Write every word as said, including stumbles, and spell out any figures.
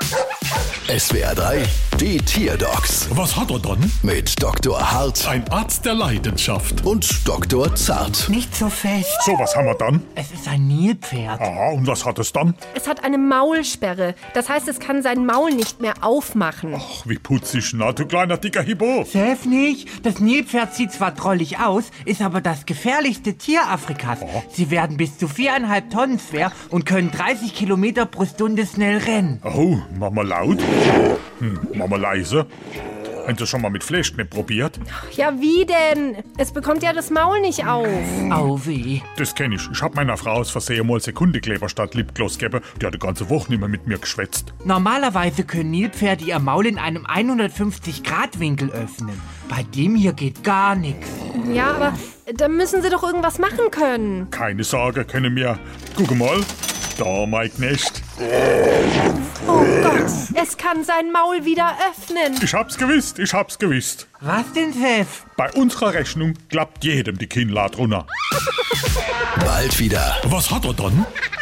S W R drei, die Tierdocs Was hat er dann? mit Doktor Hart Ein Arzt der Leidenschaft. und Doktor Zart. Nicht so fest. So, was haben wir dann? Es ist ein Nilpferd. Aha, und was hat es dann? Es hat eine Maulsperre. Das heißt, es kann sein Maul nicht mehr aufmachen. Ach, wie putzig, na, du kleiner dicker Hippo. Sef nicht. Das Nilpferd sieht zwar drollig aus, ist aber das gefährlichste Tier Afrikas. Sie werden bis zu viereinhalb Tonnen schwer und können dreißig Kilometer pro Stunde schnell rennen. Oh, mach mal laut. Hm, mach mal leise. Haben Sie schon mal mit Fleischknepp probiert? Ja, wie denn? Es bekommt ja das Maul nicht auf. Au weh. Das kenn ich. Ich hab meiner Frau aus Versehen mal Sekundekleber statt Lipgloss gegeben. Die hat die ganze Woche nicht mehr mit mir geschwätzt. Normalerweise können Nilpferde ihr Maul in einem hundertfünfzig Grad Winkel öffnen. Bei dem hier geht gar nichts. Ja, aber da müssen sie doch irgendwas machen können. Keine Sorge, können wir. Guck mal. Da, mein Knecht. Oh Gott, es kann sein Maul wieder öffnen. Ich hab's gewusst, ich hab's gewusst. Was denn, Sef? Bei unserer Rechnung klappt jedem die Kinnlade runter. Bald wieder. Was hat er dann?